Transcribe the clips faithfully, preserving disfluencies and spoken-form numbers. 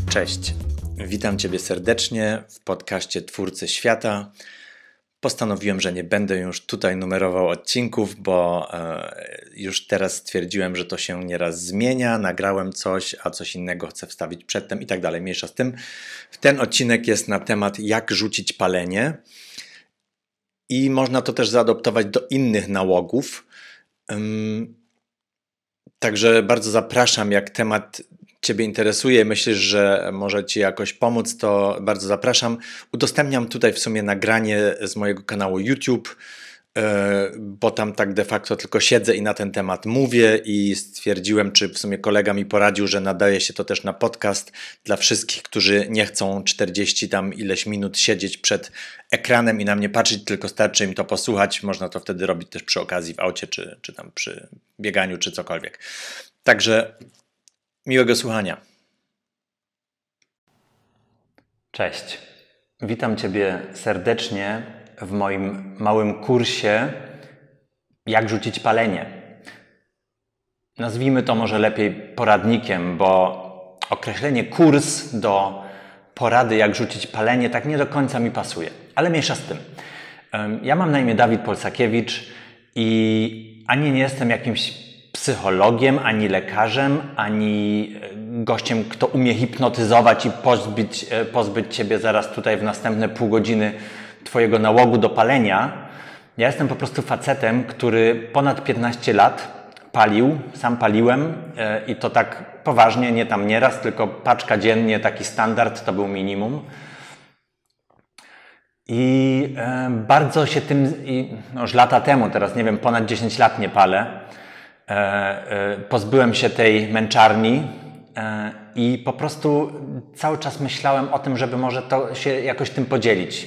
Cześć, witam Ciebie serdecznie w podcaście Twórcy Świata. Postanowiłem, że nie będę już tutaj numerował odcinków, bo e, już teraz stwierdziłem, że to się nieraz zmienia. Nagrałem coś, a coś innego chcę wstawić przedtem i tak dalej. Mniejsza z tym. Ten odcinek jest na temat, jak rzucić palenie i można to też zaadoptować do innych nałogów. Ym, także bardzo zapraszam, jak temat Ciebie interesuje, myślisz, że może Ci jakoś pomóc, to bardzo zapraszam. Udostępniam tutaj w sumie nagranie z mojego kanału YouTube, bo tam tak de facto tylko siedzę i na ten temat mówię i stwierdziłem, czy w sumie kolega mi poradził, że nadaje się to też na podcast dla wszystkich, którzy nie chcą czterdzieści tam ileś minut siedzieć przed ekranem i na mnie patrzeć, tylko starczy im to posłuchać. Można to wtedy robić też przy okazji w aucie, czy, czy tam przy bieganiu, czy cokolwiek. Także miłego słuchania. Cześć. Witam Ciebie serdecznie w moim małym kursie Jak rzucić palenie. Nazwijmy to może lepiej poradnikiem, bo określenie kurs do porady jak rzucić palenie tak nie do końca mi pasuje. Ale mniejsza z tym. Ja mam na imię Dawid Polsakiewicz i ani nie jestem jakimś psychologiem, ani lekarzem, ani gościem, kto umie hipnotyzować i pozbyć, pozbyć Ciebie zaraz tutaj w następne pół godziny Twojego nałogu do palenia. Ja jestem po prostu facetem, który ponad piętnaście lat palił, sam paliłem i to tak poważnie, nie tam nieraz, tylko paczka dziennie, taki standard, to był minimum. I bardzo się tym, i no już lata temu, teraz nie wiem, ponad dziesięć lat nie palę, pozbyłem się tej męczarni i po prostu cały czas myślałem o tym, żeby może to się jakoś tym podzielić.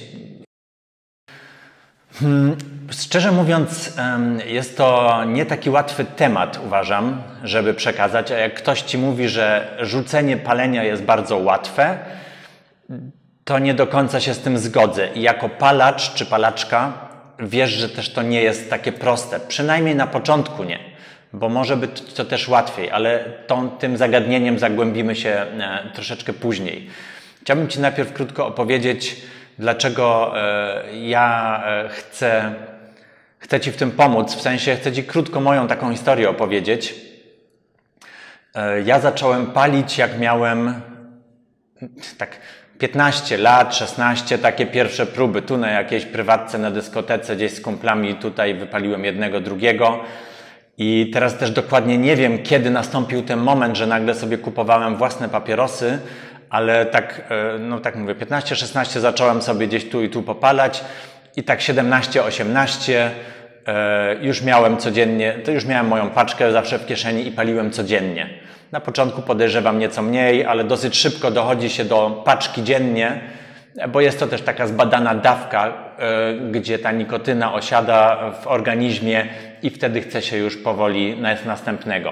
Szczerze mówiąc, jest to nie taki łatwy temat, uważam, żeby przekazać, a jak ktoś Ci mówi, że rzucenie palenia jest bardzo łatwe, to nie do końca się z tym zgodzę. I jako palacz czy palaczka wiesz, że też to nie jest takie proste, przynajmniej na początku nie. Bo może być to też łatwiej, ale tą, tym zagadnieniem zagłębimy się e, troszeczkę później. Chciałbym Ci najpierw krótko opowiedzieć, dlaczego e, ja e, chcę, chcę Ci w tym pomóc. W sensie chcę Ci krótko moją taką historię opowiedzieć. E, ja zacząłem palić, jak miałem tak piętnaście lat, szesnaście, takie pierwsze próby. Tu na jakiejś prywatce, na dyskotece, gdzieś z kumplami, tutaj wypaliłem jednego, drugiego. I teraz też dokładnie nie wiem, kiedy nastąpił ten moment, że nagle sobie kupowałem własne papierosy, ale tak, no tak mówię, piętnaście szesnaście zacząłem sobie gdzieś tu i tu popalać i tak siedemnaście osiemnaście już miałem codziennie, to już miałem moją paczkę zawsze w kieszeni i paliłem codziennie. Na początku podejrzewam nieco mniej, ale dosyć szybko dochodzi się do paczki dziennie, bo jest to też taka zbadana dawka, gdzie ta nikotyna osiada w organizmie i wtedy chce się już powoli na następnego.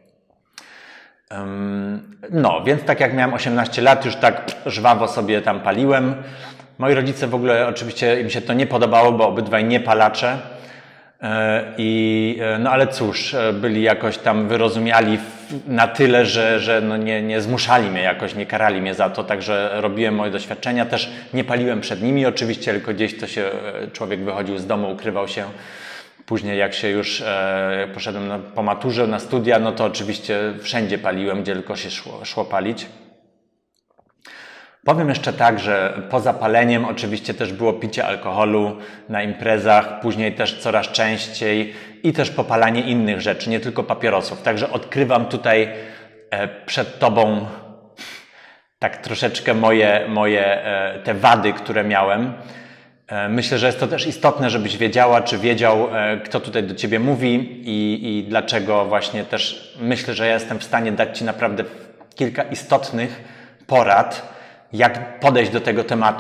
No, więc tak jak miałem osiemnaście lat, już tak żwawo sobie tam paliłem. Moi rodzice w ogóle oczywiście im się to nie podobało, bo obydwaj nie palacze. I, no ale cóż, byli jakoś tam wyrozumiali na tyle, że, że no nie, nie zmuszali mnie jakoś, nie karali mnie za to, także robiłem moje doświadczenia. Też nie paliłem przed nimi oczywiście, tylko gdzieś to się człowiek wychodził z domu, ukrywał się. Później jak się już e, poszedłem na, po maturze na studia, no to oczywiście wszędzie paliłem, gdzie tylko się szło, szło palić. Powiem jeszcze tak, że poza paleniem oczywiście też było picie alkoholu na imprezach, później też coraz częściej i też popalanie innych rzeczy, nie tylko papierosów. Także odkrywam tutaj e, przed Tobą tak troszeczkę moje, moje e, te wady, które miałem. E, myślę, że jest to też istotne, żebyś wiedziała, czy wiedział, e, kto tutaj do Ciebie mówi i, i dlaczego właśnie też myślę, że ja jestem w stanie dać Ci naprawdę kilka istotnych porad, jak podejść do tego tematu.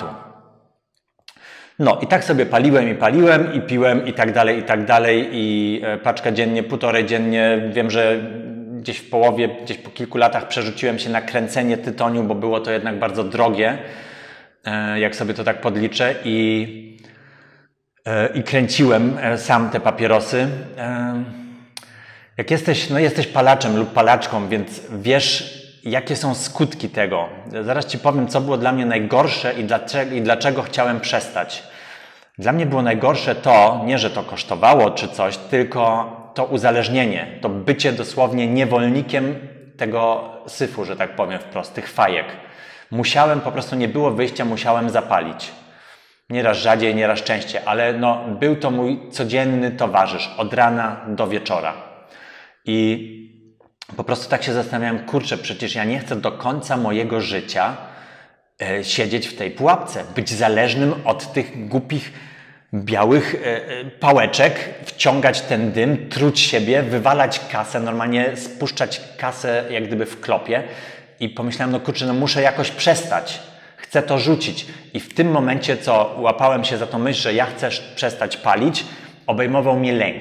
No i tak sobie paliłem i paliłem i piłem i tak dalej, i tak dalej i paczka dziennie, półtorej dziennie. Wiem, że gdzieś w połowie, gdzieś po kilku latach przerzuciłem się na kręcenie tytoniu, bo było to jednak bardzo drogie, jak sobie to tak podliczę i, i kręciłem sam te papierosy. Jak jesteś, no jesteś palaczem lub palaczką, więc wiesz, jakie są skutki tego. Zaraz Ci powiem, co było dla mnie najgorsze i dlaczego, i dlaczego chciałem przestać. Dla mnie było najgorsze to, nie że to kosztowało czy coś, tylko to uzależnienie, to bycie dosłownie niewolnikiem tego syfu, że tak powiem wprost, tych fajek. Musiałem, po prostu nie było wyjścia, musiałem zapalić. Nieraz rzadziej, nieraz częściej, ale no, był to mój codzienny towarzysz od rana do wieczora. I po prostu tak się zastanawiałem, kurczę, przecież ja nie chcę do końca mojego życia e, siedzieć w tej pułapce, być zależnym od tych głupich, białych e, pałeczek, wciągać ten dym, truć siebie, wywalać kasę, normalnie spuszczać kasę jak gdyby w klopie. I pomyślałem, no kurczę, no muszę jakoś przestać. Chcę to rzucić. I w tym momencie, co łapałem się za tą myśl, że ja chcę przestać palić, obejmował mnie lęk.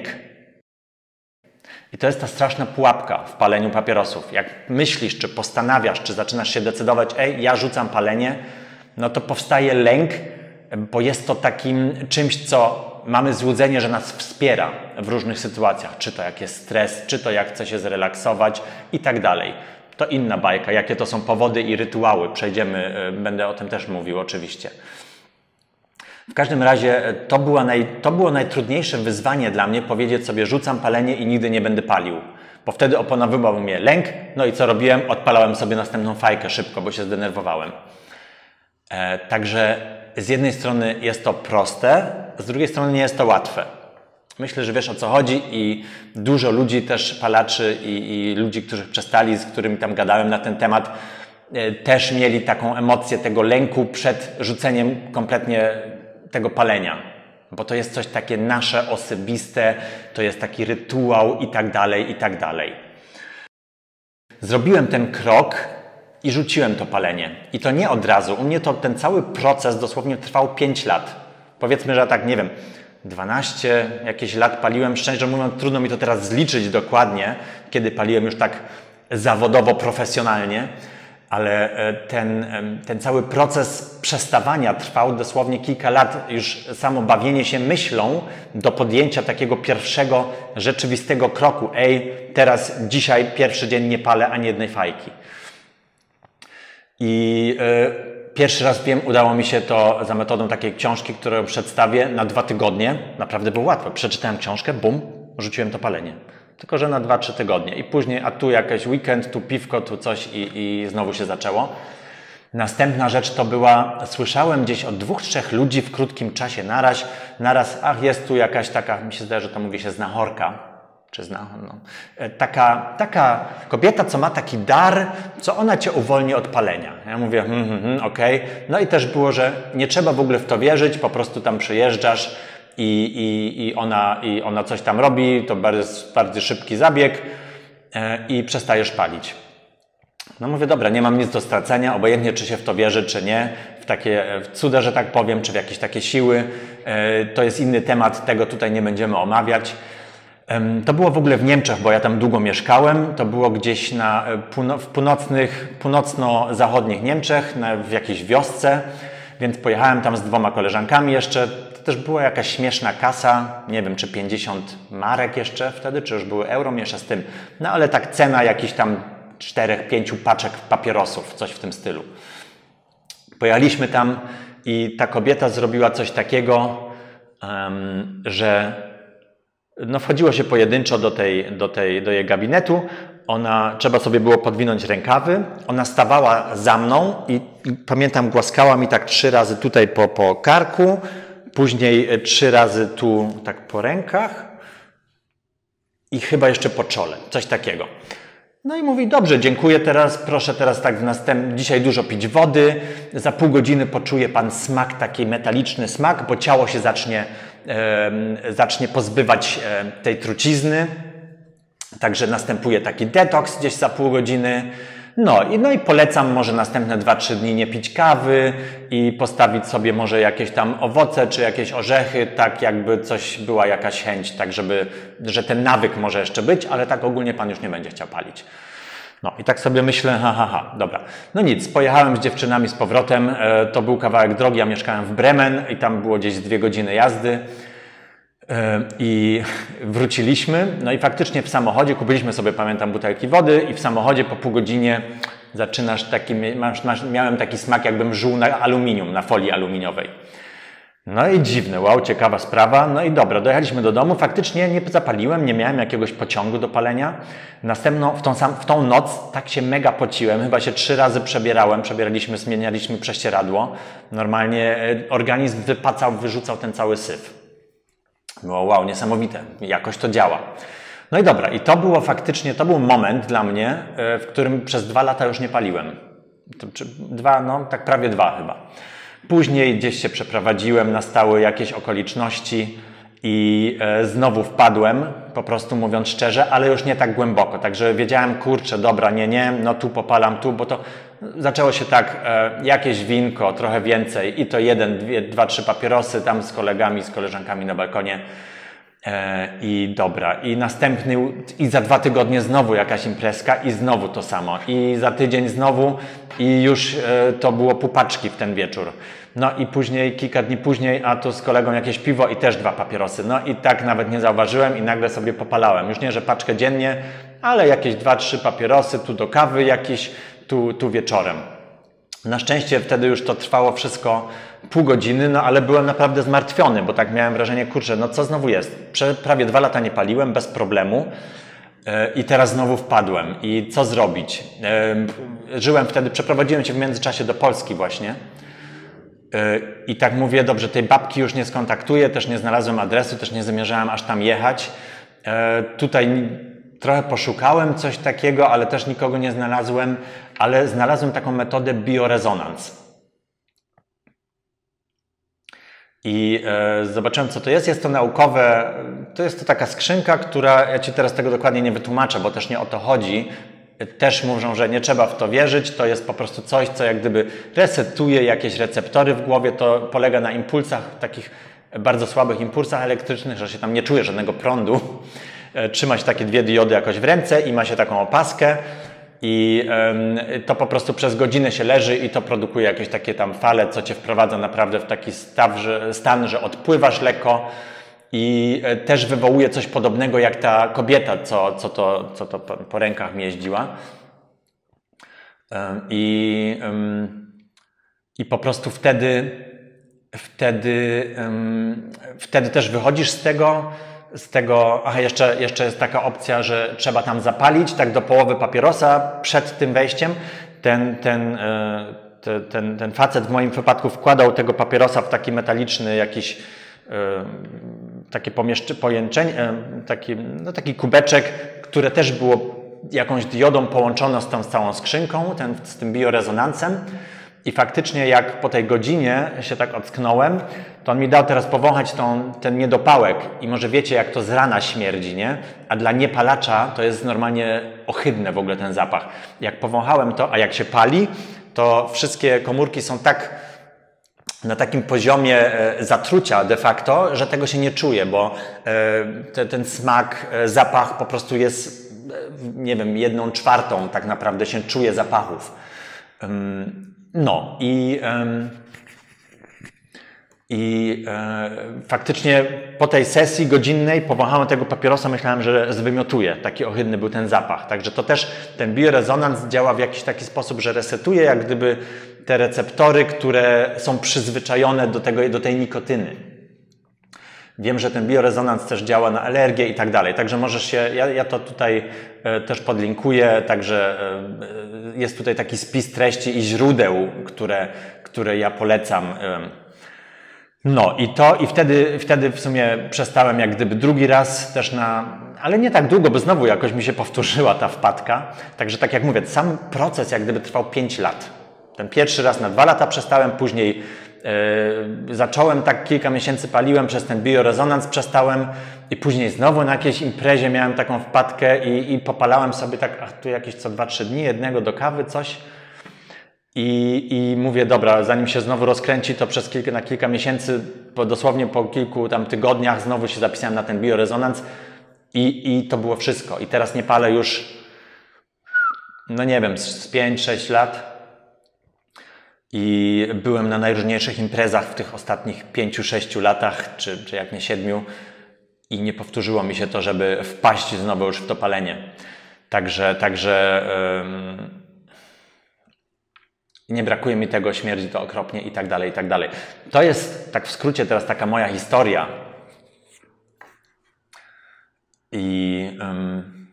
I to jest ta straszna pułapka w paleniu papierosów. Jak myślisz, czy postanawiasz, czy zaczynasz się decydować, ej, ja rzucam palenie, no to powstaje lęk, bo jest to takim czymś, co mamy złudzenie, że nas wspiera w różnych sytuacjach. Czy to jak jest stres, czy to jak chce się zrelaksować i tak dalej. To inna bajka, jakie to są powody i rytuały. Przejdziemy, będę o tym też mówił oczywiście. W każdym razie to, była naj, to było najtrudniejsze wyzwanie dla mnie, powiedzieć sobie, rzucam palenie i nigdy nie będę palił. Bo wtedy oponowywał mnie lęk, no i co robiłem? Odpalałem sobie następną fajkę szybko, bo się zdenerwowałem. E, także z jednej strony jest to proste, z drugiej strony nie jest to łatwe. Myślę, że wiesz, o co chodzi i dużo ludzi też, palaczy i, i ludzi, którzy przestali, z którymi tam gadałem na ten temat, e, też mieli taką emocję tego lęku przed rzuceniem kompletnie tego palenia. Bo to jest coś takie nasze, osobiste, to jest taki rytuał i tak dalej, i tak dalej. Zrobiłem ten krok i rzuciłem to palenie. I to nie od razu. U mnie to ten cały proces dosłownie trwał pięć lat. Powiedzmy, że tak, nie wiem, dwanaście jakieś lat paliłem. Szczerze mówiąc, trudno mi to teraz zliczyć dokładnie, kiedy paliłem już tak zawodowo, profesjonalnie. Ale ten, ten cały proces przestawania trwał dosłownie kilka lat. Już samo bawienie się myślą do podjęcia takiego pierwszego, rzeczywistego kroku. Ej, teraz, dzisiaj pierwszy dzień nie palę ani jednej fajki. I y, pierwszy raz wiem, udało mi się to za metodą takiej książki, którą przedstawię na dwa tygodnie. Naprawdę było łatwo. Przeczytałem książkę, bum, rzuciłem to palenie. Tylko że na dwa trzy tygodnie. I później, a tu jakiś weekend, tu piwko, tu coś i, i znowu się zaczęło. Następna rzecz to była, słyszałem gdzieś od dwóch, trzech ludzi w krótkim czasie naraz, naraz, ach, jest tu jakaś taka, mi się zdaje, że to mówi się znachorka, czy zna, no. taka, taka kobieta, co ma taki dar, co ona cię uwolni od palenia. Ja mówię, hmm, hmm, hmm, okej. Okay. No i też było, że nie trzeba w ogóle w to wierzyć, po prostu tam przyjeżdżasz, I, i, i, ona, i ona coś tam robi, to bardzo, bardzo szybki zabieg e, i przestajesz palić. No mówię, dobra, nie mam nic do stracenia, obojętnie czy się w to wierzy, czy nie, w takie w cuda, że tak powiem, czy w jakieś takie siły. E, to jest inny temat, tego tutaj nie będziemy omawiać. E, to było w ogóle w Niemczech, bo ja tam długo mieszkałem. To było gdzieś na, w północnych, północno-zachodnich Niemczech, na, w jakiejś wiosce, więc pojechałem tam z dwoma koleżankami jeszcze. Też była jakaś śmieszna kasa, nie wiem, czy pięćdziesiąt marek jeszcze wtedy, czy już były euro, miesza z tym. No ale tak cena jakichś tam czterech, pięciu paczek papierosów, coś w tym stylu. Pojechaliśmy tam i ta kobieta zrobiła coś takiego, um, że no wchodziło się pojedynczo do, tej, do, tej, do jej gabinetu. Ona, trzeba sobie było podwinąć rękawy. Ona stawała za mną i, i pamiętam, głaskała mi tak trzy razy tutaj po, po karku, później trzy razy tu tak po rękach i chyba jeszcze po czole, coś takiego. No i mówi, dobrze, dziękuję teraz, proszę teraz tak w następnym, dzisiaj dużo pić wody, za pół godziny poczuje Pan smak, taki metaliczny smak, bo ciało się zacznie, e, zacznie pozbywać e, tej trucizny, także następuje taki detoks gdzieś za pół godziny. No i, no i polecam może następne dwa trzy dni nie pić kawy i postawić sobie może jakieś tam owoce czy jakieś orzechy, tak jakby coś była jakaś chęć, tak żeby, że ten nawyk może jeszcze być, ale tak ogólnie Pan już nie będzie chciał palić. No i tak sobie myślę, ha, ha, ha, dobra. No nic, pojechałem z dziewczynami z powrotem, e, to był kawałek drogi, ja mieszkałem w Bremen i tam było gdzieś dwie godziny jazdy. I wróciliśmy, no i faktycznie w samochodzie kupiliśmy sobie, pamiętam, butelki wody i w samochodzie po pół godzinie zaczynasz taki, masz, masz, miałem taki smak, jakbym żył na aluminium, na folii aluminiowej. No i dziwne, wow, ciekawa sprawa. No i dobra, dojechaliśmy do domu. Faktycznie nie zapaliłem, nie miałem jakiegoś pociągu do palenia. Następną, w tą, sam, w tą noc tak się mega pociłem. Chyba się trzy razy przebierałem. Przebieraliśmy, zmienialiśmy prześcieradło. Normalnie organizm wypacał, wyrzucał ten cały syf. Było wow, niesamowite. Jakoś to działa. No i dobra, i to było faktycznie, to był moment dla mnie, w którym przez dwa lata już nie paliłem. To, czy dwa, no tak prawie dwa chyba. Później gdzieś się przeprowadziłem, nastały jakieś okoliczności i e, znowu wpadłem, po prostu mówiąc szczerze, ale już nie tak głęboko. Także wiedziałem, kurczę, dobra, nie, nie, no tu popalam, tu, bo to zaczęło się tak, e, jakieś winko, trochę więcej i to jeden, dwie, dwa, trzy papierosy tam z kolegami, z koleżankami na balkonie. I dobra, i następny, i za dwa tygodnie znowu jakaś imprezka i znowu to samo, i za tydzień znowu i już e, to było pół paczki w ten wieczór. No i później, kilka dni później, a tu z kolegą jakieś piwo i też dwa papierosy. No i tak nawet nie zauważyłem i nagle sobie popalałem. Już nie, że paczkę dziennie, ale jakieś dwa, trzy papierosy, tu do kawy jakieś, tu, tu wieczorem. Na szczęście wtedy już to trwało wszystko pół godziny, no ale byłem naprawdę zmartwiony, bo tak miałem wrażenie, kurczę, no co znowu jest? Prze prawie dwa lata nie paliłem, bez problemu yy, i teraz znowu wpadłem. I co zrobić? Yy, żyłem wtedy, przeprowadziłem się w międzyczasie do Polski właśnie yy, i tak mówię, dobrze, tej babki już nie skontaktuję, też nie znalazłem adresu, też nie zamierzałem aż tam jechać. Yy, tutaj trochę poszukałem coś takiego, ale też nikogo nie znalazłem, ale znalazłem taką metodę biorezonans. I e, zobaczyłem, co to jest. Jest to naukowe, to jest to taka skrzynka, która, ja Ci teraz tego dokładnie nie wytłumaczę, bo też nie o to chodzi. Też mówią, że nie trzeba w to wierzyć, to jest po prostu coś, co jak gdyby resetuje jakieś receptory w głowie, to polega na impulsach, takich bardzo słabych impulsach elektrycznych, że się tam nie czuje żadnego prądu. Trzyma się takie dwie diody jakoś w ręce i ma się taką opaskę i ym, to po prostu przez godzinę się leży i to produkuje jakieś takie tam fale, co Cię wprowadza naprawdę w taki staw, że, stan, że odpływasz lekko i y, też wywołuje coś podobnego jak ta kobieta, co, co, to, co to po, po rękach mi jeździła. Ym, i, ym, I po prostu wtedy, wtedy, ym, wtedy też wychodzisz z tego, z tego, aha, jeszcze, jeszcze jest taka opcja, że trzeba tam zapalić, tak do połowy papierosa przed tym wejściem. Ten, ten, ten, ten, ten facet w moim wypadku wkładał tego papierosa w taki metaliczny jakiś takie pojęczenie, taki, no taki kubeczek, które też było jakąś diodą połączone z tą całą skrzynką, ten, z tym biorezonansem. I faktycznie jak po tej godzinie się tak ocknąłem, to on mi dał teraz powąchać tą, ten niedopałek i może wiecie, jak to z rana śmierdzi, nie? A dla niepalacza to jest normalnie ohydne w ogóle ten zapach. Jak powąchałem to, a jak się pali, to wszystkie komórki są tak na takim poziomie zatrucia de facto, że tego się nie czuje, bo te, ten smak, zapach po prostu jest, nie wiem, jedną czwartą tak naprawdę się czuje zapachów. No i, um, i e, faktycznie po tej sesji godzinnej powąchałem tego papierosa, myślałem, że zwymiotuję. Taki ohydny był ten zapach. Także to też ten biorezonans działa w jakiś taki sposób, że resetuje jak gdyby te receptory, które są przyzwyczajone do, tego, do tej nikotyny. Wiem, że ten biorezonans też działa na alergię i tak dalej. Także możesz się, ja, ja to tutaj e, też podlinkuję, także e, jest tutaj taki spis treści i źródeł, które, które ja polecam. E. No i to, i wtedy, wtedy w sumie przestałem jak gdyby drugi raz też na, ale nie tak długo, bo znowu jakoś mi się powtórzyła ta wpadka. Także tak jak mówię, sam proces jak gdyby trwał pięć lat. Ten pierwszy raz na dwa lata przestałem, później Yy, zacząłem tak kilka miesięcy paliłem, przez ten biorezonans przestałem i później znowu na jakiejś imprezie miałem taką wpadkę i, i popalałem sobie tak, ach, tu jakieś co dwa trzy dni, jednego do kawy, coś i, i mówię, dobra, zanim się znowu rozkręci, to przez kilka, na kilka miesięcy, bo dosłownie po kilku tam tygodniach znowu się zapisałem na ten biorezonans i, i to było wszystko. I teraz nie palę już, no nie wiem, z pięć sześć lat. I byłem na najróżniejszych imprezach w tych ostatnich pięciu, sześciu latach, czy, czy jak nie siedmiu i nie powtórzyło mi się to, żeby wpaść znowu już w to palenie. Także, także um, Nie brakuje mi tego, śmierdzi to okropnie i tak dalej, i tak dalej. To jest, tak w skrócie, teraz taka moja historia. I, um,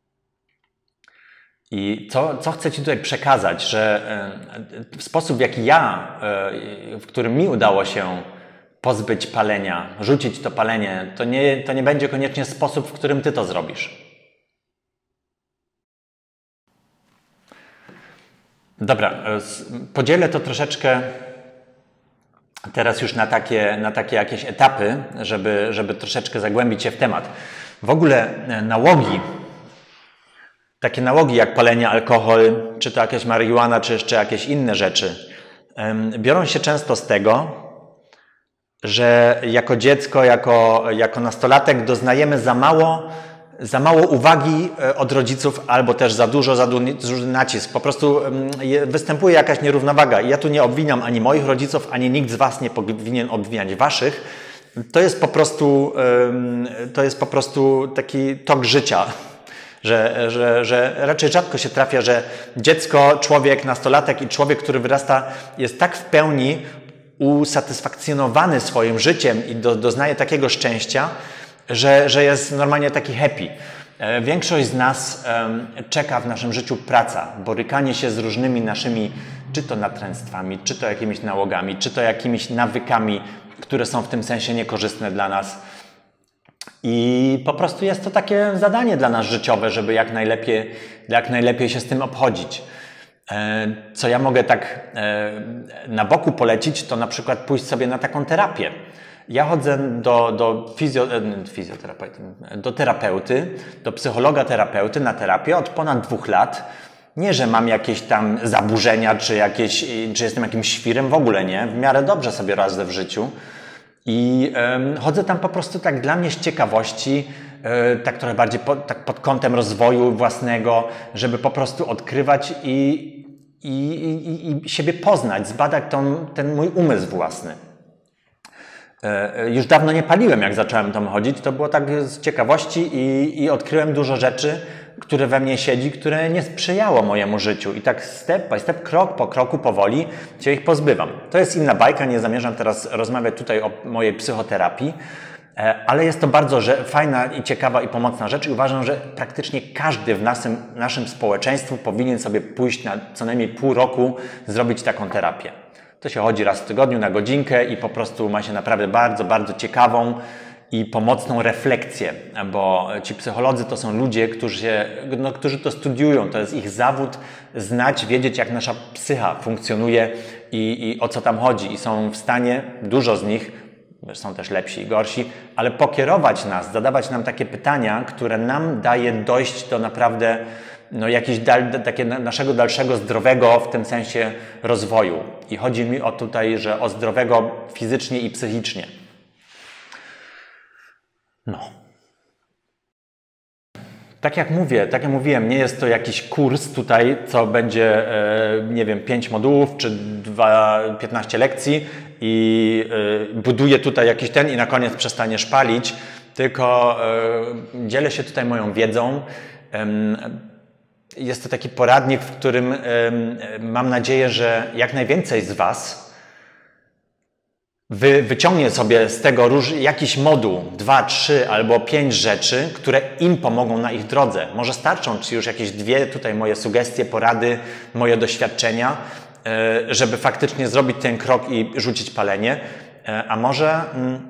i co, co chcę Ci tutaj przekazać, że w sposób, w jaki ja, w którym mi udało się pozbyć palenia, rzucić to palenie, to nie, to nie będzie koniecznie sposób, w którym Ty to zrobisz. Dobra, podzielę to troszeczkę teraz już na takie, na takie jakieś etapy, żeby, żeby troszeczkę zagłębić się w temat. W ogóle nałogi, takie nałogi jak palenie, alkohol, czy to jakaś marihuana, czy jeszcze jakieś inne rzeczy, biorą się często z tego, że jako dziecko, jako, jako nastolatek doznajemy za mało, za mało uwagi od rodziców, albo też za dużo, za duży nacisk. Po prostu występuje jakaś nierównowaga. I ja tu nie obwiniam ani moich rodziców, ani nikt z Was nie powinien obwiniać Waszych. To jest po prostu, to jest po prostu taki tok życia. Że, że, że raczej rzadko się trafia, że dziecko, człowiek, nastolatek i człowiek, który wyrasta, jest tak w pełni usatysfakcjonowany swoim życiem i do, doznaje takiego szczęścia, że, że jest normalnie taki happy. Większość z nas um, czeka w naszym życiu praca, borykanie się z różnymi naszymi, czy to natręctwami, czy to jakimiś nałogami, czy to jakimiś nawykami, które są w tym sensie niekorzystne dla nas. I po prostu jest to takie zadanie dla nas życiowe, żeby jak najlepiej, jak najlepiej się z tym obchodzić. Co ja mogę tak na boku polecić, to na przykład pójść sobie na taką terapię. Ja chodzę do, do, fizjo, fizjoterapeuty, do terapeuty, do psychologa terapeuty na terapię od ponad dwóch lat. Nie, że mam jakieś tam zaburzenia, czy, jakieś, czy jestem jakimś świrem, w ogóle nie. W miarę dobrze sobie radzę w życiu. I um, chodzę tam po prostu tak dla mnie z ciekawości, yy, tak trochę bardziej po, tak pod kątem rozwoju własnego, żeby po prostu odkrywać i, i, i, i siebie poznać, zbadać tą, ten mój umysł własny. Yy, już dawno nie paliłem, jak zacząłem tam chodzić, to było tak z ciekawości i, i odkryłem dużo rzeczy, które we mnie siedzi, które nie sprzyjało mojemu życiu. I tak step by step, krok po kroku, powoli się ich pozbywam. To jest inna bajka, nie zamierzam teraz rozmawiać tutaj o mojej psychoterapii, ale jest to bardzo fajna i ciekawa i pomocna rzecz i uważam, że praktycznie każdy w naszym, naszym społeczeństwie powinien sobie pójść na co najmniej pół roku, zrobić taką terapię. To się chodzi raz w tygodniu na godzinkę i po prostu ma się naprawdę bardzo, bardzo ciekawą i pomocną refleksję, bo ci psycholodzy to są ludzie, którzy, się, no, którzy to studiują, to jest ich zawód, znać, wiedzieć, jak nasza psycha funkcjonuje i, i o co tam chodzi. I są w stanie, dużo z nich, są też lepsi i gorsi, ale pokierować nas, zadawać nam takie pytania, które nam daje dojść do naprawdę no, jakiegoś dal, takie naszego dalszego zdrowego w tym sensie rozwoju. I chodzi mi o tutaj, że o zdrowego fizycznie i psychicznie. No. Tak jak mówię, tak jak mówiłem, nie jest to jakiś kurs tutaj, co będzie, e, nie wiem, pięć modułów czy dwa, piętnaście lekcji i e, buduję tutaj jakiś ten i na koniec przestaniesz palić, tylko e, dzielę się tutaj moją wiedzą. E, jest to taki poradnik, w którym e, mam nadzieję, że jak najwięcej z Was Wy, wyciągnie sobie z tego róż, jakiś moduł, dwa, trzy albo pięć rzeczy, które im pomogą na ich drodze. Może starczą Ci już jakieś dwie tutaj moje sugestie, porady, moje doświadczenia, żeby faktycznie zrobić ten krok i rzucić palenie. A może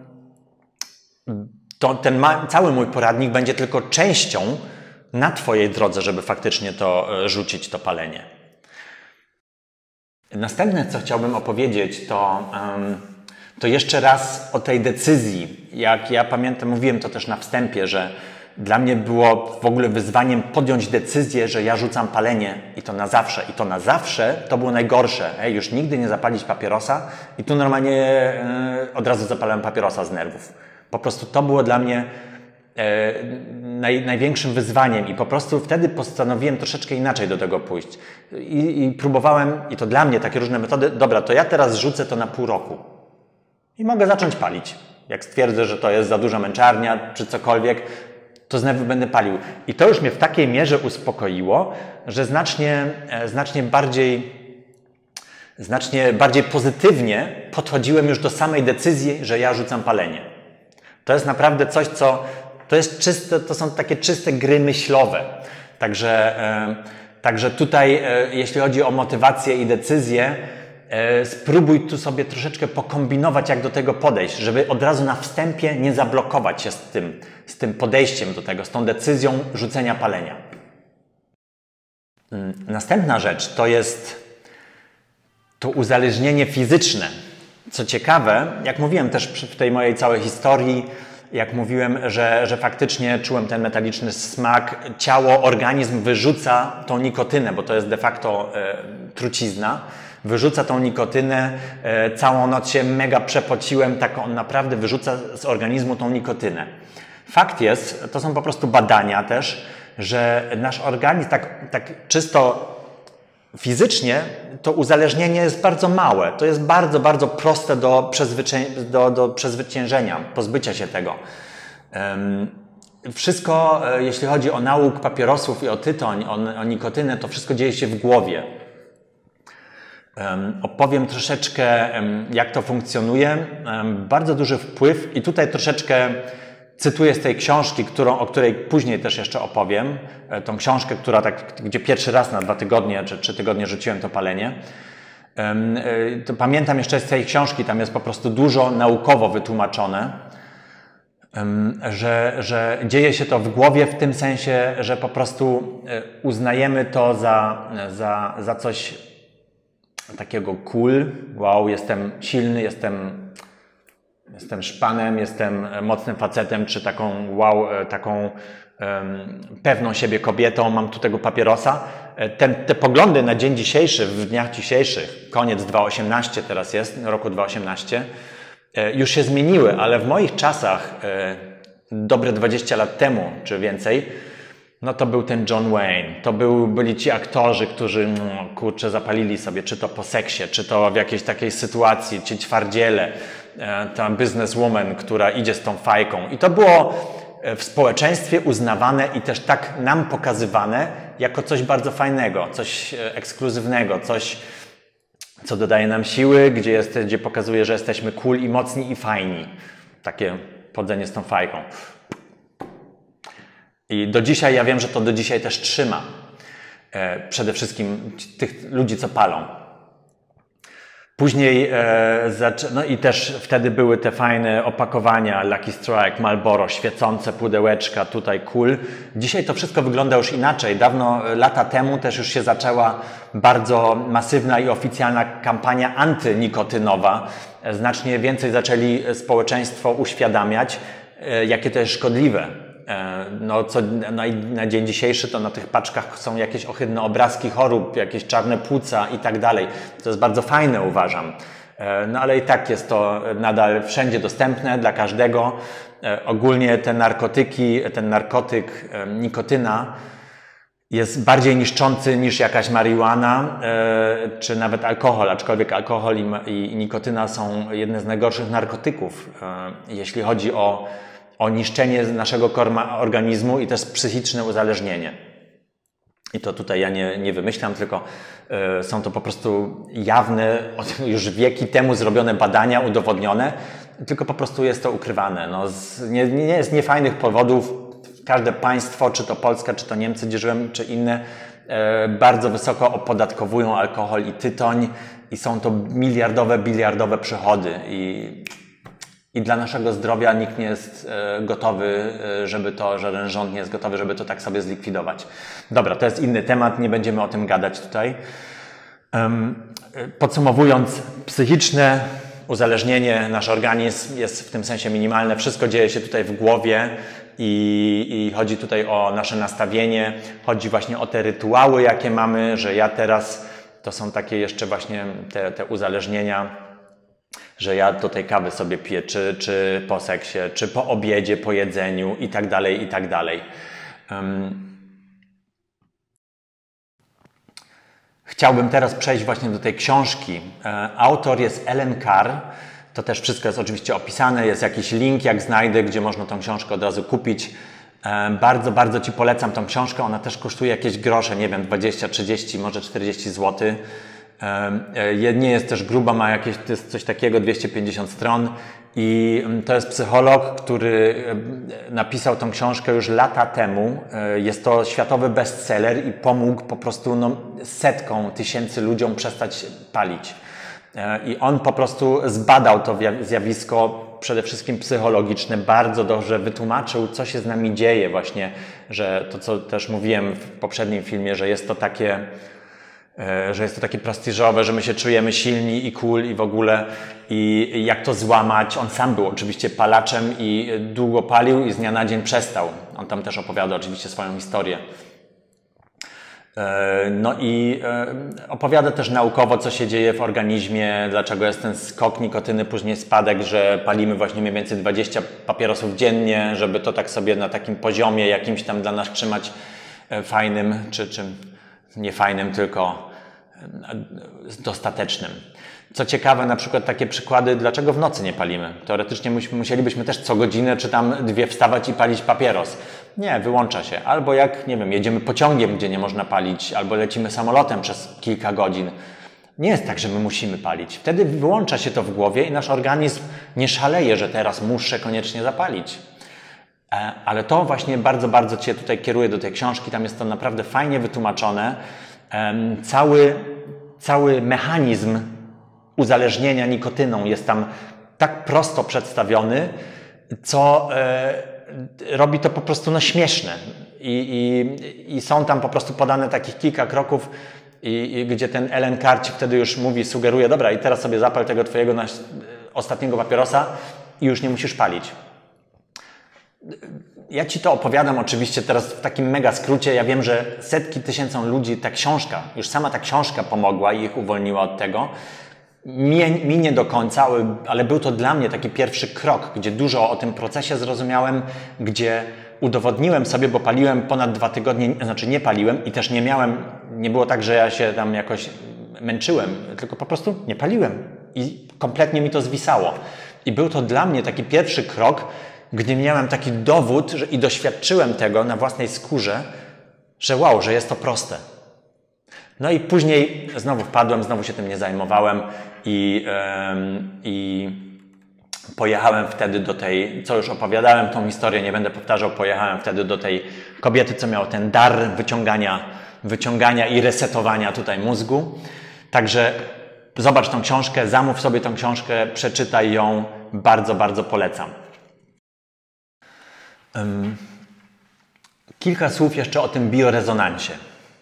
to, ten ma, cały mój poradnik będzie tylko częścią na Twojej drodze, żeby faktycznie to rzucić, to palenie. Następne, co chciałbym opowiedzieć, to... Um, To jeszcze raz o tej decyzji. Jak ja pamiętam, mówiłem to też na wstępie, że dla mnie było w ogóle wyzwaniem podjąć decyzję, że ja rzucam palenie i to na zawsze. I to na zawsze to było najgorsze. Ej, już nigdy nie zapalić papierosa i tu normalnie e, od razu zapalałem papierosa z nerwów. Po prostu to było dla mnie e, naj, największym wyzwaniem i po prostu wtedy postanowiłem troszeczkę inaczej do tego pójść. I, i próbowałem, i to dla mnie takie różne metody, dobra, to ja teraz rzucę to na pół roku. I mogę zacząć palić. Jak stwierdzę, że to jest za duża męczarnia, czy cokolwiek, to znowu będę palił. I to już mnie w takiej mierze uspokoiło, że znacznie, znacznie bardziej znacznie bardziej pozytywnie podchodziłem już do samej decyzji, że ja rzucam palenie. To jest naprawdę coś, co to jest czyste, to są takie czyste gry myślowe. Także, e, także tutaj, e, jeśli chodzi o motywację i decyzję, e, spróbuj tu sobie troszeczkę pokombinować, jak do tego podejść, żeby od razu na wstępie nie zablokować się z tym, z tym podejściem do tego, z tą decyzją rzucenia palenia. Następna rzecz to jest to uzależnienie fizyczne. Co ciekawe, jak mówiłem też w tej mojej całej historii, jak mówiłem, że, że faktycznie czułem ten metaliczny smak, ciało, organizm wyrzuca tą nikotynę, bo to jest de facto e, trucizna, wyrzuca tą nikotynę, e, całą noc się mega przepociłem, tak on naprawdę wyrzuca z organizmu tą nikotynę. Fakt jest, to są po prostu badania też, że nasz organizm tak, tak czysto fizycznie to uzależnienie jest bardzo małe. To jest bardzo, bardzo proste do, przezwycię do, do przezwyciężenia, pozbycia się tego. Um, wszystko, jeśli chodzi o nauk papierosów i o tytoń, o, o nikotynę, to wszystko dzieje się w głowie. Um, opowiem troszeczkę, um, jak to funkcjonuje. Um, bardzo duży wpływ i tutaj troszeczkę cytuję z tej książki, którą, o której później też jeszcze opowiem. Tą książkę, która tak, gdzie pierwszy raz na dwa tygodnie czy trzy tygodnie rzuciłem to palenie. To pamiętam jeszcze z tej książki, tam jest po prostu dużo naukowo wytłumaczone, że, że dzieje się to w głowie w tym sensie, że po prostu uznajemy to za, za, za coś takiego cool. Wow, jestem silny, jestem Jestem szpanem, jestem mocnym facetem, czy taką wow, taką um, pewną siebie kobietą, mam tu tego papierosa. Ten, te poglądy na dzień dzisiejszy, w dniach dzisiejszych, koniec dwa tysiące osiemnasty teraz jest, roku dwa tysiące osiemnasty, już się zmieniły, ale w moich czasach, dobre dwadzieścia lat temu, czy więcej, no to był ten John Wayne, to był, byli ci aktorzy, którzy no, kurczę zapalili sobie, czy to po seksie, czy to w jakiejś takiej sytuacji, ci twardziele, ta businesswoman, która idzie z tą fajką. I to było w społeczeństwie uznawane i też tak nam pokazywane jako coś bardzo fajnego, coś ekskluzywnego, coś, co dodaje nam siły, gdzie, jest, gdzie pokazuje, że jesteśmy cool i mocni i fajni. Takie chodzenie z tą fajką. I do dzisiaj, ja wiem, że to do dzisiaj też trzyma. E, przede wszystkim tych ludzi, co palą. Później, e, no i też wtedy były te fajne opakowania, Lucky Strike, Marlboro, świecące pudełeczka, tutaj cool. Dzisiaj to wszystko wygląda już inaczej. Dawno, lata temu też już się zaczęła bardzo masywna i oficjalna kampania antynikotynowa. E, znacznie więcej zaczęli społeczeństwo uświadamiać, e, jakie to jest szkodliwe. No, co na, na dzień dzisiejszy to na tych paczkach są jakieś ohydne obrazki chorób, jakieś czarne płuca i tak dalej. To jest bardzo fajne, uważam. No ale i tak jest to nadal wszędzie dostępne dla każdego. Ogólnie te narkotyki, ten narkotyk, nikotyna jest bardziej niszczący niż jakaś marihuana czy nawet alkohol, aczkolwiek alkohol i, i, i nikotyna są jedne z najgorszych narkotyków, jeśli chodzi o o niszczenie naszego organizmu i też psychiczne uzależnienie. I to tutaj ja nie, nie wymyślam, tylko y, są to po prostu jawne, już wieki temu zrobione badania, udowodnione, tylko po prostu jest to ukrywane. No, z, nie, nie jest niefajnych powodów. Każde państwo, czy to Polska, czy to Niemcy, gdzie żyłem, czy inne, y, bardzo wysoko opodatkowują alkohol i tytoń i są to miliardowe, biliardowe przychody. I I dla naszego zdrowia nikt nie jest e, gotowy, e, żeby to, żaden rząd nie jest gotowy, żeby to tak sobie zlikwidować. Dobra, to jest inny temat, nie będziemy o tym gadać tutaj. Um, podsumowując, psychiczne uzależnienie, nasz organizm jest w tym sensie minimalne. Wszystko dzieje się tutaj w głowie i, i chodzi tutaj o nasze nastawienie. Chodzi właśnie o te rytuały, jakie mamy, że ja teraz, to są takie jeszcze właśnie te, te uzależnienia, że ja do tej kawy sobie piję, czy, czy po seksie, czy po obiedzie, po jedzeniu i tak dalej, i tak dalej. Um, chciałbym teraz przejść właśnie do tej książki. E, autor jest Ellen Carr. To też wszystko jest oczywiście opisane. Jest jakiś link, jak znajdę, gdzie można tą książkę od razu kupić. E, bardzo, bardzo Ci polecam tą książkę. Ona też kosztuje jakieś grosze, nie wiem, dwadzieścia, trzydzieści, może czterdzieści złotych. Nie jest też gruba, ma jakieś to jest coś takiego, dwieście pięćdziesiąt stron i to jest psycholog, który napisał tą książkę już lata temu. Jest to światowy bestseller i pomógł po prostu no, setkom tysięcy ludziom przestać palić. I on po prostu zbadał to zjawisko przede wszystkim psychologiczne, bardzo dobrze wytłumaczył, co się z nami dzieje właśnie, że to, co też mówiłem w poprzednim filmie, że jest to takie, że jest to takie prestiżowe, że my się czujemy silni i cool i w ogóle i jak to złamać. On sam był oczywiście palaczem i długo palił i z dnia na dzień przestał. On tam też opowiada oczywiście swoją historię. No i opowiada też naukowo, co się dzieje w organizmie, dlaczego jest ten skok nikotyny, później spadek, że palimy właśnie mniej więcej dwadzieścia papierosów dziennie, żeby to tak sobie na takim poziomie jakimś tam dla nas trzymać fajnym, czy, czy nie fajnym, tylko dostatecznym. Co ciekawe, na przykład takie przykłady, dlaczego w nocy nie palimy. Teoretycznie musielibyśmy też co godzinę czy tam dwie wstawać i palić papieros. Nie, wyłącza się. Albo jak, nie wiem, jedziemy pociągiem, gdzie nie można palić, albo lecimy samolotem przez kilka godzin. Nie jest tak, że my musimy palić. Wtedy wyłącza się to w głowie i nasz organizm nie szaleje, że teraz muszę koniecznie zapalić. Ale to właśnie bardzo, bardzo Cię tutaj kieruje do tej książki. Tam jest to naprawdę fajnie wytłumaczone. Cały, cały mechanizm uzależnienia nikotyną jest tam tak prosto przedstawiony, co e, robi to po prostu no, śmieszne. I, i, I są tam po prostu podane takich kilka kroków, i, i gdzie ten Ellen Carr ci wtedy już mówi, sugeruje, dobra, i teraz sobie zapal tego twojego na, ostatniego papierosa i już nie musisz palić. Ja Ci to opowiadam oczywiście teraz w takim mega skrócie. Ja wiem, że setki tysięcy ludzi ta książka, już sama ta książka pomogła i ich uwolniła od tego. Mi, mi nie do końca, ale był to dla mnie taki pierwszy krok, gdzie dużo o tym procesie zrozumiałem, gdzie udowodniłem sobie, bo paliłem ponad dwa tygodnie, znaczy nie paliłem i też nie miałem, nie było tak, że ja się tam jakoś męczyłem, tylko po prostu nie paliłem i kompletnie mi to zwisało. I był to dla mnie taki pierwszy krok, gdzie miałem taki dowód że, i doświadczyłem tego na własnej skórze, że wow, że jest to proste. No i później znowu wpadłem, znowu się tym nie zajmowałem i, yy, i pojechałem wtedy do tej, co już opowiadałem tą historię, nie będę powtarzał, pojechałem wtedy do tej kobiety, co miała ten dar wyciągania, wyciągania i resetowania tutaj mózgu. Także zobacz tą książkę, zamów sobie tą książkę, przeczytaj ją, bardzo, bardzo polecam. Um, kilka słów jeszcze o tym biorezonansie.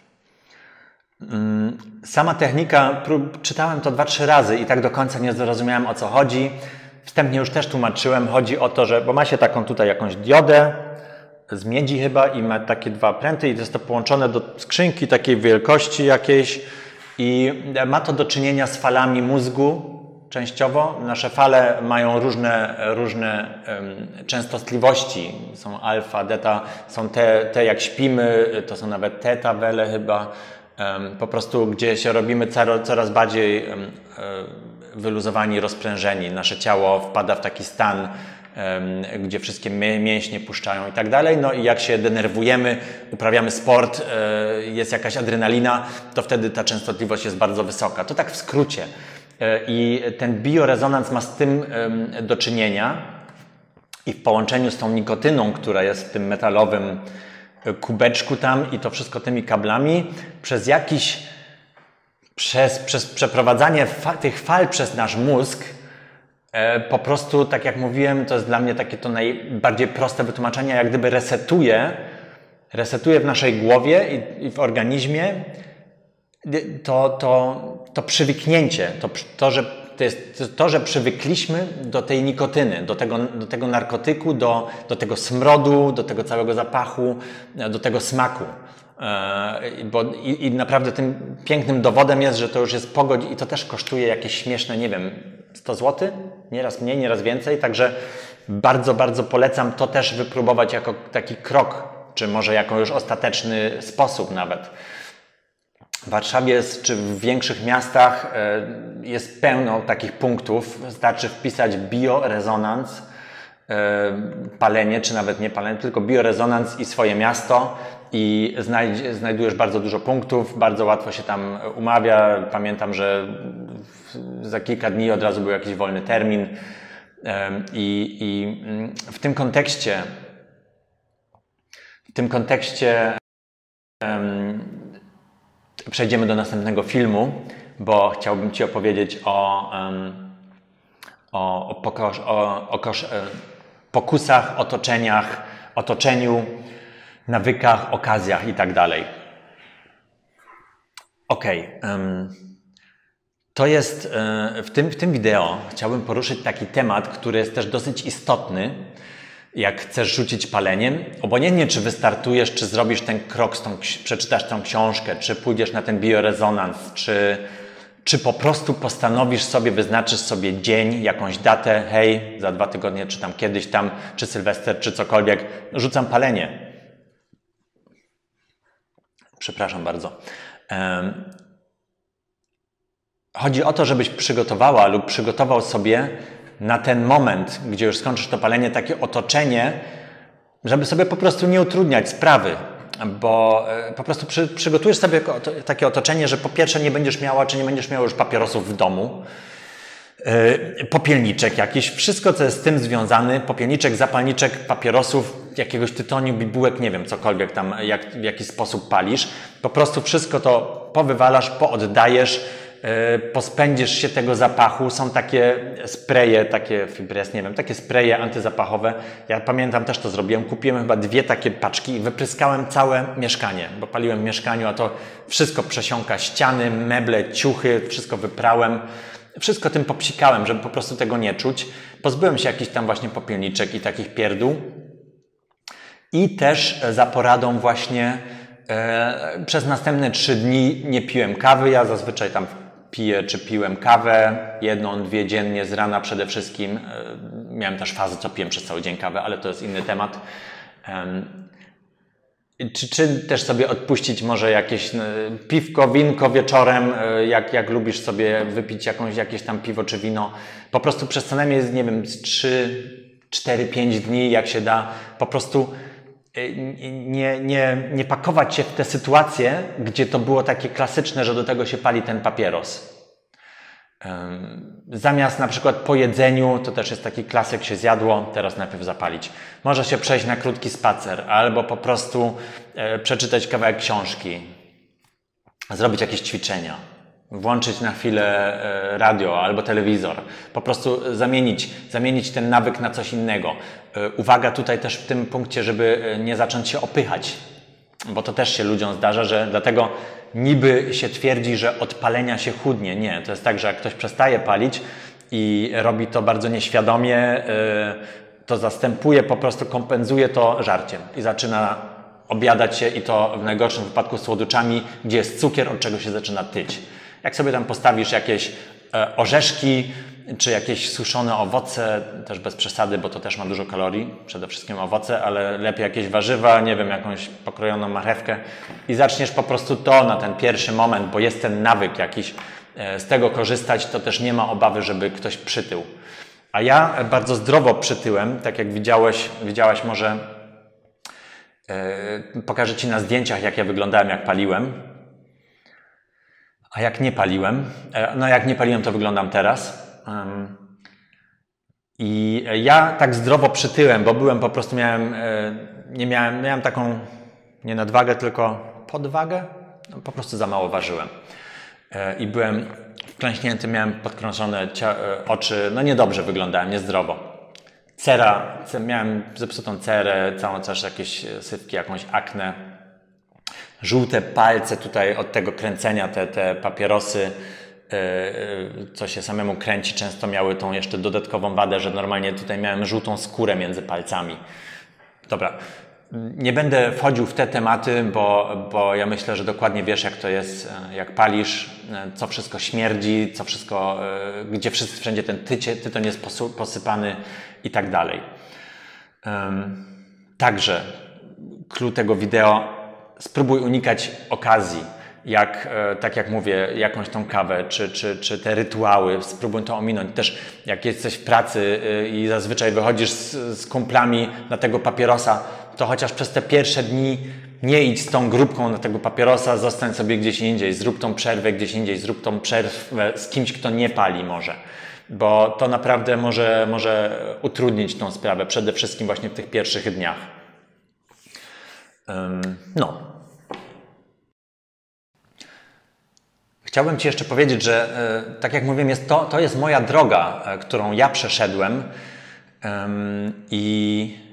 Um, sama technika, prób, czytałem to dwa, trzy razy i tak do końca nie zrozumiałem, o co chodzi. Wstępnie już też tłumaczyłem, chodzi o to, że, bo ma się taką tutaj jakąś diodę z miedzi chyba i ma takie dwa pręty i to jest to połączone do skrzynki takiej wielkości jakiejś i ma to do czynienia z falami mózgu częściowo. Nasze fale mają różne, różne um, częstotliwości. Są alfa, beta, są te, te jak śpimy, to są nawet teta wele chyba. Um, po prostu gdzie się robimy coraz, coraz bardziej um, um, wyluzowani, rozprężeni. Nasze ciało wpada w taki stan, um, gdzie wszystkie mięśnie puszczają i tak dalej. No i jak się denerwujemy, uprawiamy sport, y, jest jakaś adrenalina, to wtedy ta częstotliwość jest bardzo wysoka. To tak w skrócie. I ten biorezonans ma z tym do czynienia i w połączeniu z tą nikotyną, która jest w tym metalowym kubeczku tam i to wszystko tymi kablami, przez jakiś, przez, przez przeprowadzanie fa tych fal przez nasz mózg, po prostu, tak jak mówiłem, to jest dla mnie takie to najbardziej proste wytłumaczenie, jak gdyby resetuje, resetuje w naszej głowie i, i w organizmie to, to, to przywyknięcie, to, to, że to jest to, że przywykliśmy do tej nikotyny, do tego, do tego narkotyku, do, do tego smrodu, do tego całego zapachu, do tego smaku. Yy, bo, i, I naprawdę tym pięknym dowodem jest, że to już jest po godzinie i to też kosztuje jakieś śmieszne, nie wiem, sto złotych? Nieraz mniej, nieraz więcej. Także bardzo, bardzo polecam to też wypróbować jako taki krok, czy może jako już ostateczny sposób nawet. W Warszawie jest, czy w większych miastach jest pełno takich punktów. Wystarczy wpisać biorezonans, palenie, czy nawet nie palenie, tylko biorezonans i swoje miasto i znajdujesz bardzo dużo punktów, bardzo łatwo się tam umawia. Pamiętam, że za kilka dni od razu był jakiś wolny termin i, i w tym kontekście w tym kontekście um, przejdziemy do następnego filmu, bo chciałbym Ci opowiedzieć o, um, o, o, pokos, o, o kosz, pokusach, otoczeniach, otoczeniu, nawykach, okazjach i tak dalej. Ok. Um, to jest, w tym, w tym wideo chciałbym poruszyć taki temat, który jest też dosyć istotny, jak chcesz rzucić paleniem. Obojętnie, czy wystartujesz, czy zrobisz ten krok, z tą, przeczytasz tą książkę, czy pójdziesz na ten biorezonans, czy, czy po prostu postanowisz sobie, wyznaczysz sobie dzień, jakąś datę, hej, za dwa tygodnie, czy tam kiedyś tam, czy Sylwester, czy cokolwiek, rzucam palenie. Przepraszam bardzo. Um, chodzi o to, żebyś przygotowała lub przygotował sobie na ten moment, gdzie już skończysz to palenie, takie otoczenie, żeby sobie po prostu nie utrudniać sprawy, bo po prostu przy, przygotujesz sobie takie otoczenie, że po pierwsze nie będziesz miała, czy nie będziesz miała już papierosów w domu, yy, popielniczek jakiś, wszystko co jest z tym związane, popielniczek, zapalniczek, papierosów, jakiegoś tytoniu, bibułek, nie wiem, cokolwiek tam, jak, w jaki sposób palisz, po prostu wszystko to powywalasz, pooddajesz, pospędzisz się tego zapachu. Są takie spreje, takie fibres, nie wiem, takie spreje antyzapachowe. Ja pamiętam, też to zrobiłem. Kupiłem chyba dwie takie paczki i wypryskałem całe mieszkanie, bo paliłem w mieszkaniu, a to wszystko przesiąka ściany, meble, ciuchy, wszystko wyprałem. Wszystko tym popsikałem, żeby po prostu tego nie czuć. Pozbyłem się jakichś tam właśnie popielniczek i takich pierdół. I też za poradą właśnie e, przez następne trzy dni nie piłem kawy. Ja zazwyczaj tam piję, czy piłem kawę, jedną, dwie dziennie z rana przede wszystkim. Miałem też fazę, co piłem przez cały dzień kawę, ale to jest inny temat. Czy, czy też sobie odpuścić może jakieś piwko, winko wieczorem, jak, jak lubisz sobie wypić jakąś, jakieś tam piwo czy wino. Po prostu przez co najmniej, nie wiem, z trzy, cztery, pięć dni, jak się da, po prostu Nie, nie, nie pakować się w te sytuacje, gdzie to było takie klasyczne, że do tego się pali ten papieros. Um, zamiast na przykład po jedzeniu, to też jest taki klasyk, się zjadło, teraz najpierw zapalić. Może się przejść na krótki spacer, albo po prostu e, przeczytać kawałek książki, zrobić jakieś ćwiczenia, włączyć na chwilę e, radio albo telewizor, po prostu zamienić, zamienić ten nawyk na coś innego. E, uwaga tutaj też w tym punkcie, żeby nie zacząć się opychać, bo to też się ludziom zdarza, że dlatego niby się twierdzi, że od palenia się chudnie. Nie, to jest tak, że jak ktoś przestaje palić i robi to bardzo nieświadomie, e, to zastępuje, po prostu kompenzuje to żarciem i zaczyna obiadać się, i to w najgorszym wypadku słodyczami, gdzie jest cukier, od czego się zaczyna tyć. Jak sobie tam postawisz jakieś e, orzeszki, czy jakieś suszone owoce, też bez przesady, bo to też ma dużo kalorii, przede wszystkim owoce, ale lepiej jakieś warzywa, nie wiem, jakąś pokrojoną marchewkę i zaczniesz po prostu to na ten pierwszy moment, bo jest ten nawyk jakiś, e, z tego korzystać, to też nie ma obawy, żeby ktoś przytył. A ja bardzo zdrowo przytyłem, tak jak widziałeś, widziałaś może, e, pokażę Ci na zdjęciach, jak ja wyglądałem, jak paliłem. A jak nie paliłem? No jak nie paliłem, to wyglądam teraz. Um, I ja tak zdrowo przytyłem, bo byłem po prostu, miałem, nie miałem, miałem taką nie nadwagę, tylko podwagę. No, po prostu za mało ważyłem. I byłem wklęśnięty, miałem podkrążone oczy, no niedobrze wyglądałem, niezdrowo. Cera, miałem zepsutą cerę, całą też jakieś sypki, jakąś aknę. Żółte palce tutaj od tego kręcenia, te, te papierosy, yy, co się samemu kręci, często miały tą jeszcze dodatkową wadę, że normalnie tutaj miałem żółtą skórę między palcami. Dobra, nie będę wchodził w te tematy, bo, bo ja myślę, że dokładnie wiesz, jak to jest, jak palisz, co wszystko śmierdzi, co wszystko, yy, gdzie wszyscy, wszędzie ten tycie, tytoń jest posypany i tak dalej. Yy, także, clue tego wideo: spróbuj unikać okazji, jak, tak jak mówię, jakąś tą kawę, czy, czy, czy te rytuały, spróbuj to ominąć. Też jak jesteś w pracy i zazwyczaj wychodzisz z, z kumplami na tego papierosa, to chociaż przez te pierwsze dni nie idź z tą grupką na tego papierosa, zostań sobie gdzieś indziej, zrób tą przerwę gdzieś indziej, zrób tą przerwę z kimś, kto nie pali może. Bo to naprawdę może, może utrudnić tą sprawę, przede wszystkim właśnie w tych pierwszych dniach. Um, no. Chciałbym Ci jeszcze powiedzieć, że e, tak jak mówiłem, jest to, to jest moja droga, e, którą ja przeszedłem um, i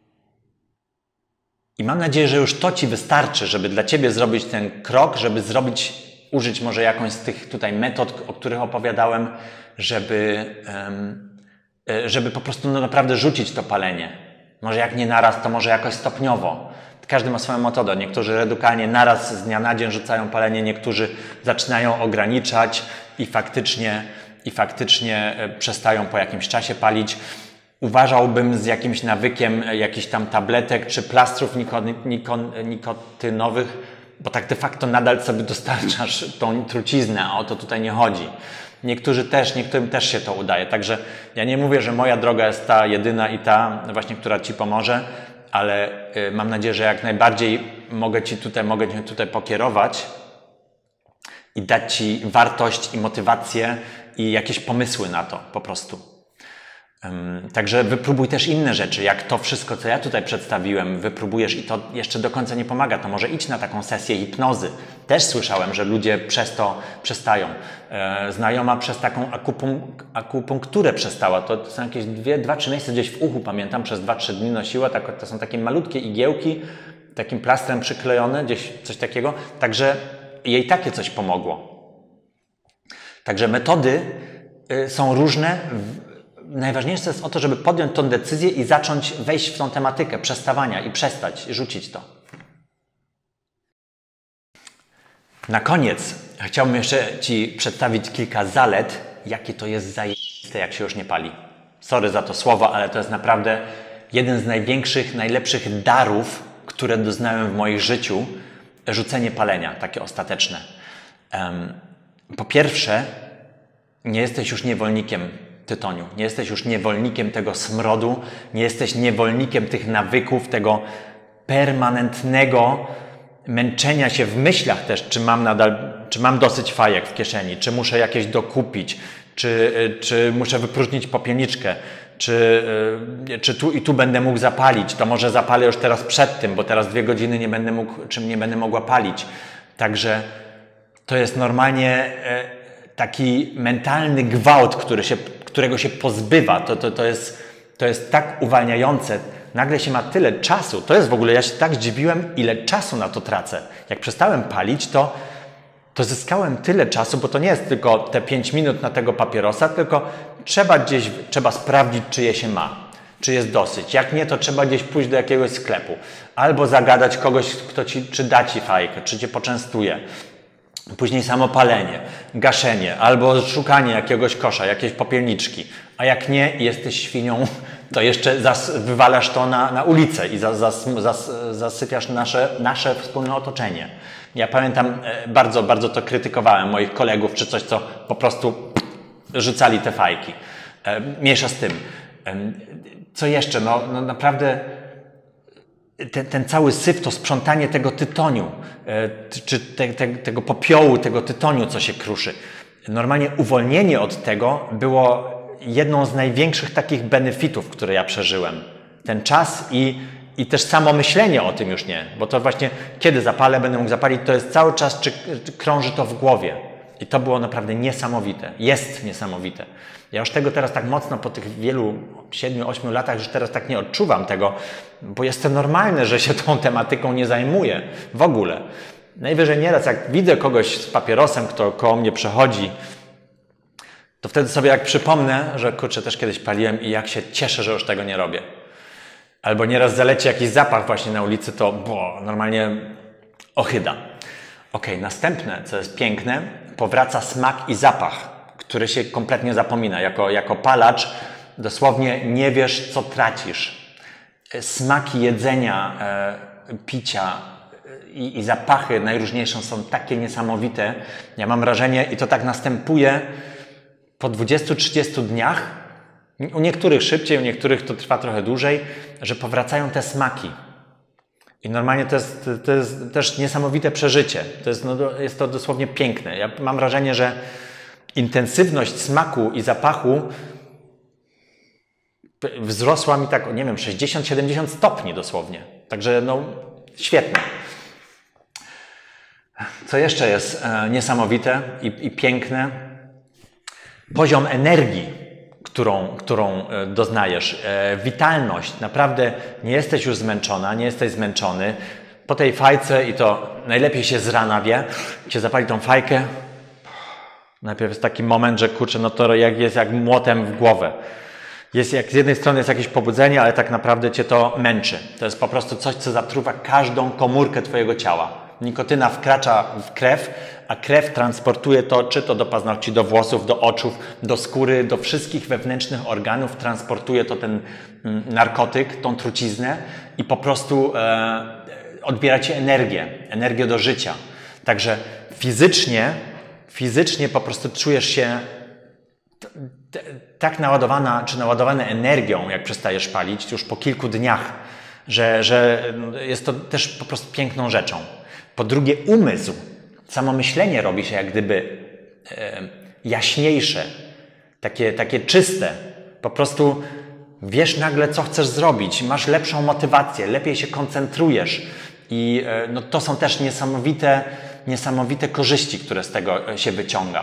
I mam nadzieję, że już to Ci wystarczy, żeby dla Ciebie zrobić ten krok, żeby zrobić, użyć może jakąś z tych tutaj metod, o których opowiadałem, żeby, żeby po prostu no naprawdę rzucić to palenie. Może jak nie naraz, to może jakoś stopniowo. Każdy ma swoją metodę. Niektórzy radykalnie naraz z dnia na dzień rzucają palenie, niektórzy zaczynają ograniczać i faktycznie, i faktycznie przestają po jakimś czasie palić. Uważałbym z jakimś nawykiem jakichś tam tabletek czy plastrów nikotynowych, bo tak de facto nadal sobie dostarczasz tą truciznę, a o to tutaj nie chodzi. Niektórzy też, niektórym też się to udaje. Także ja nie mówię, że moja droga jest ta jedyna i ta właśnie, która Ci pomoże, ale mam nadzieję, że jak najbardziej mogę Ci tutaj, mogę Cię tutaj pokierować i dać Ci wartość i motywację i jakieś pomysły na to po prostu. Um, także wypróbuj też inne rzeczy, jak to wszystko, co ja tutaj przedstawiłem, wypróbujesz i to jeszcze do końca nie pomaga, to może idź na taką sesję hipnozy. Też słyszałem, że ludzie przez to przestają. E, znajoma przez taką akupunk akupunkturę przestała. To, to są jakieś dwie, dwa, trzy miejsca gdzieś w uchu, pamiętam, przez dwa, trzy dni nosiła. Tak, to są takie malutkie igiełki, takim plastrem przyklejone, gdzieś coś takiego. Także jej takie coś pomogło. Także metody y, są różne. Najważniejsze jest o to, żeby podjąć tą decyzję i zacząć wejść w tą tematykę przestawania i przestać, i rzucić to. Na koniec chciałbym jeszcze Ci przedstawić kilka zalet, jakie to jest zajebiste, jak się już nie pali. Sorry za to słowo, ale to jest naprawdę jeden z największych, najlepszych darów, które doznałem w moim życiu, rzucenie palenia, takie ostateczne. Um, po pierwsze, nie jesteś już niewolnikiem tytoniu. Nie jesteś już niewolnikiem tego smrodu, nie jesteś niewolnikiem tych nawyków, tego permanentnego męczenia się w myślach też, czy mam nadal, czy mam dosyć fajek w kieszeni, czy muszę jakieś dokupić, czy, czy muszę wypróżnić popielniczkę, czy, czy tu i tu będę mógł zapalić, to może zapalę już teraz przed tym, bo teraz dwie godziny nie będę mógł, czym nie będę mogła palić. Także to jest normalnie taki mentalny gwałt, który się, którego się pozbywa. To, to, to, jest, to jest tak uwalniające. Nagle się ma tyle czasu. To jest w ogóle, ja się tak zdziwiłem, ile czasu na to tracę. Jak przestałem palić, to, to zyskałem tyle czasu, bo to nie jest tylko te pięć minut na tego papierosa, tylko trzeba gdzieś, trzeba sprawdzić, czy je się ma. Czy jest dosyć. Jak nie, to trzeba gdzieś pójść do jakiegoś sklepu. Albo zagadać kogoś, kto ci, czy da Ci fajkę, czy Cię poczęstuje. Później samopalenie, gaszenie, albo szukanie jakiegoś kosza, jakiejś popielniczki. A jak nie, jesteś świnią, to jeszcze zas, wywalasz to na, na ulicę i zas, zas, zas, zasypiasz nasze, nasze wspólne otoczenie. Ja pamiętam, bardzo, bardzo to krytykowałem moich kolegów, czy coś, co po prostu rzucali te fajki. Mniejsza z tym. Co jeszcze? No, no naprawdę... Ten, ten cały syf, to sprzątanie tego tytoniu, czy te, te, tego popiołu, tego tytoniu, co się kruszy. Normalnie uwolnienie od tego było jedną z największych takich benefitów, które ja przeżyłem. Ten czas i, i też samo myślenie o tym już nie. Bo to właśnie, kiedy zapalę, będę mógł zapalić, to jest cały czas, czy, czy krąży to w głowie. I to było naprawdę niesamowite. Jest niesamowite. Ja już tego teraz tak mocno po tych wielu, siedmiu, ośmiu latach już teraz tak nie odczuwam tego, bo jest to normalne, że się tą tematyką nie zajmuję w ogóle. Najwyżej nieraz jak widzę kogoś z papierosem, kto koło mnie przechodzi, to wtedy sobie jak przypomnę, że kurczę, też kiedyś paliłem i jak się cieszę, że już tego nie robię. Albo nieraz zaleci jakiś zapach właśnie na ulicy, to bo, normalnie ochyda. Ok, następne, co jest piękne, powraca smak i zapach, który się kompletnie zapomina. Jako, jako palacz dosłownie nie wiesz, co tracisz. Smaki jedzenia, e, picia i, i zapachy najróżniejsze są takie niesamowite. Ja mam wrażenie, i to tak następuje po dwudziestu trzydziestu dniach, u niektórych szybciej, u niektórych to trwa trochę dłużej, że powracają te smaki. I normalnie to jest, to jest też niesamowite przeżycie. To jest, no, jest to dosłownie piękne. Ja mam wrażenie, że intensywność smaku i zapachu wzrosła mi tak, nie wiem, sześćdziesiąt siedemdziesiąt stopni dosłownie. Także no, świetne. Co jeszcze jest e, niesamowite i, i piękne? Poziom energii, którą, którą e, doznajesz. E, witalność. Naprawdę nie jesteś już zmęczona, nie jesteś zmęczony. Po tej fajce, i to najlepiej się z rana wie, cię zapali tą fajkę. Najpierw jest taki moment, że kurczę, no to jak jest jak młotem w głowę. Jest jak z jednej strony jest jakieś pobudzenie, ale tak naprawdę cię to męczy. To jest po prostu coś, co zatruwa każdą komórkę twojego ciała. Nikotyna wkracza w krew, a krew transportuje to, czy to do paznokci, do włosów, do oczu, do skóry, do wszystkich wewnętrznych organów. Transportuje to ten mm, narkotyk, tą truciznę i po prostu e, odbiera ci energię, energię do życia. Także fizycznie, fizycznie po prostu czujesz się tak naładowana, czy naładowane energią, jak przestajesz palić już po kilku dniach, że, że jest to też po prostu piękną rzeczą. Po drugie, umysł, samo myślenie robi się jak gdyby e, jaśniejsze, takie, takie czyste. Po prostu wiesz nagle, co chcesz zrobić, masz lepszą motywację, lepiej się koncentrujesz i e, no, to są też niesamowite, niesamowite korzyści, które z tego się wyciąga.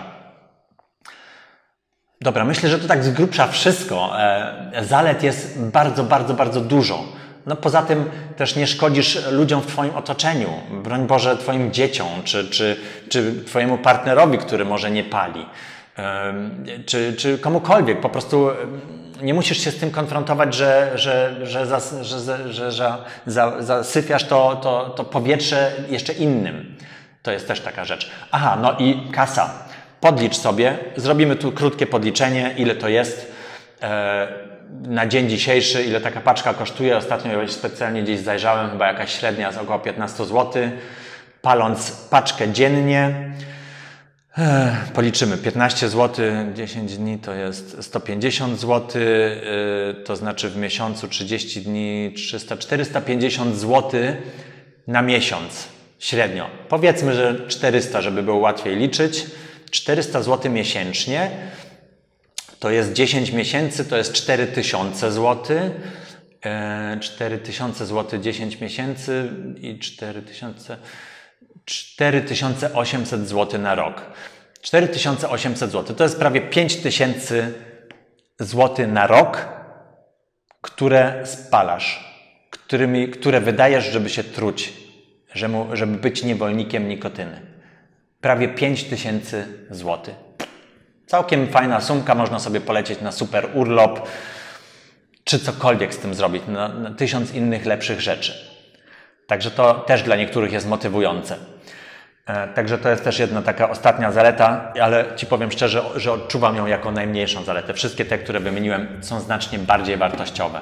Dobra, myślę, że to tak z grubsza wszystko. E, zalet jest bardzo, bardzo, bardzo dużo. No poza tym też nie szkodzisz ludziom w twoim otoczeniu, broń Boże twoim dzieciom, czy, czy, czy twojemu partnerowi, który może nie pali, czy, czy komukolwiek. Po prostu nie musisz się z tym konfrontować, że, że, że, zas, że, że, że, że za, zasypiasz to, to, to powietrze jeszcze innym. To jest też taka rzecz. Aha, no i kasa. Podlicz sobie, zrobimy tu krótkie podliczenie, ile to jest na dzień dzisiejszy, ile taka paczka kosztuje. Ostatnio specjalnie gdzieś zajrzałem, chyba jakaś średnia z około piętnaście złotych. Paląc paczkę dziennie, policzymy piętnaście złotych, dziesięć dni to jest sto pięćdziesiąt złotych, to znaczy w miesiącu trzydzieści dni, trzysta, czterysta pięćdziesiąt złotych na miesiąc średnio. Powiedzmy, że czterysta, żeby było łatwiej liczyć. czterysta złotych miesięcznie. To jest dziesięć miesięcy, to jest cztery tysiące złotych. cztery tysiące złotych, dziesięć miesięcy i cztery tysiące, cztery tysiące osiemset złotych na rok. cztery tysiące osiemset złotych to jest prawie pięć tysięcy złotych na rok, które spalasz, którymi, które wydajesz, żeby się truć, żeby być niewolnikiem nikotyny. Prawie pięć tysięcy złotych. Całkiem fajna sumka, można sobie polecieć na super urlop, czy cokolwiek z tym zrobić, na, na tysiąc innych lepszych rzeczy. Także to też dla niektórych jest motywujące. E, także to jest też jedna taka ostatnia zaleta, ale Ci powiem szczerze, że odczuwam ją jako najmniejszą zaletę. Wszystkie te, które wymieniłem, są znacznie bardziej wartościowe.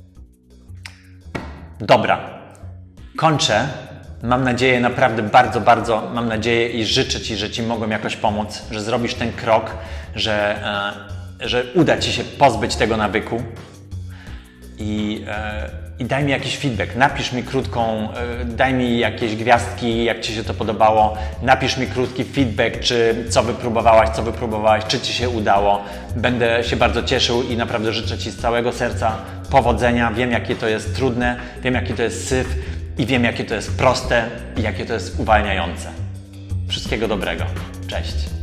Dobra, kończę. Mam nadzieję, naprawdę bardzo, bardzo mam nadzieję i życzę Ci, że Ci mogłem jakoś pomóc, że zrobisz ten krok, że, e, że uda Ci się pozbyć tego nawyku i, e, i daj mi jakiś feedback. Napisz mi krótką, e, daj mi jakieś gwiazdki, jak Ci się to podobało. Napisz mi krótki feedback, czy co wypróbowałaś, co wypróbowałaś, czy Ci się udało. Będę się bardzo cieszył i naprawdę życzę Ci z całego serca powodzenia. Wiem, jakie to jest trudne, wiem, jaki to jest syf. I wiem, jakie to jest proste i jakie to jest uwalniające. Wszystkiego dobrego. Cześć.